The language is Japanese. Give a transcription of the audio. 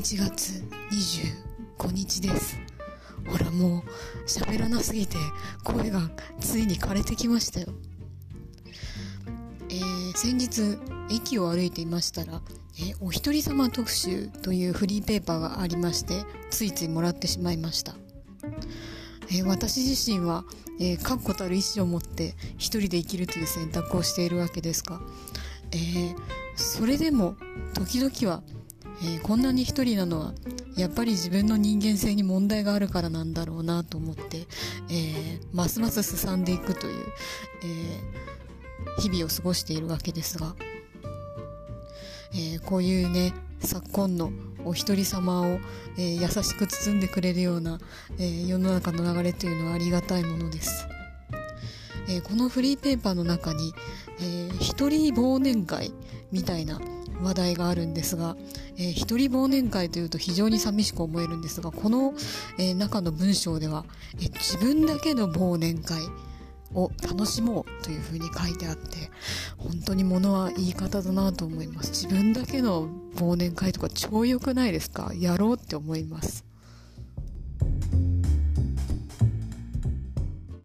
11月25日です。ほら、もう喋らなすぎて声がついに枯れてきましたよ。先日駅を歩いていましたら、お一人様特集というフリーペーパーがありまして、ついついもらってしまいました。私自身は、確固たる意志を持って一人で生きるという選択をしているわけですが、それでも時々は、こんなに一人なのはやっぱり自分の人間性に問題があるからなんだろうなと思って、ますますすさんでいくという、日々を過ごしているわけですが、こういうね、昨今のお一人様を、優しく包んでくれるような、世の中の流れというのはありがたいものです。このフリーペーパーの中に、一人忘年会みたいな話題があるんですが、一人忘年会というと非常に寂しく思えるんですが、この、中の文章では、自分だけの忘年会を楽しもうというふうに書いてあって、本当に物は言い方だなと思います。自分だけの忘年会とか超良くないですか？やろうって思います。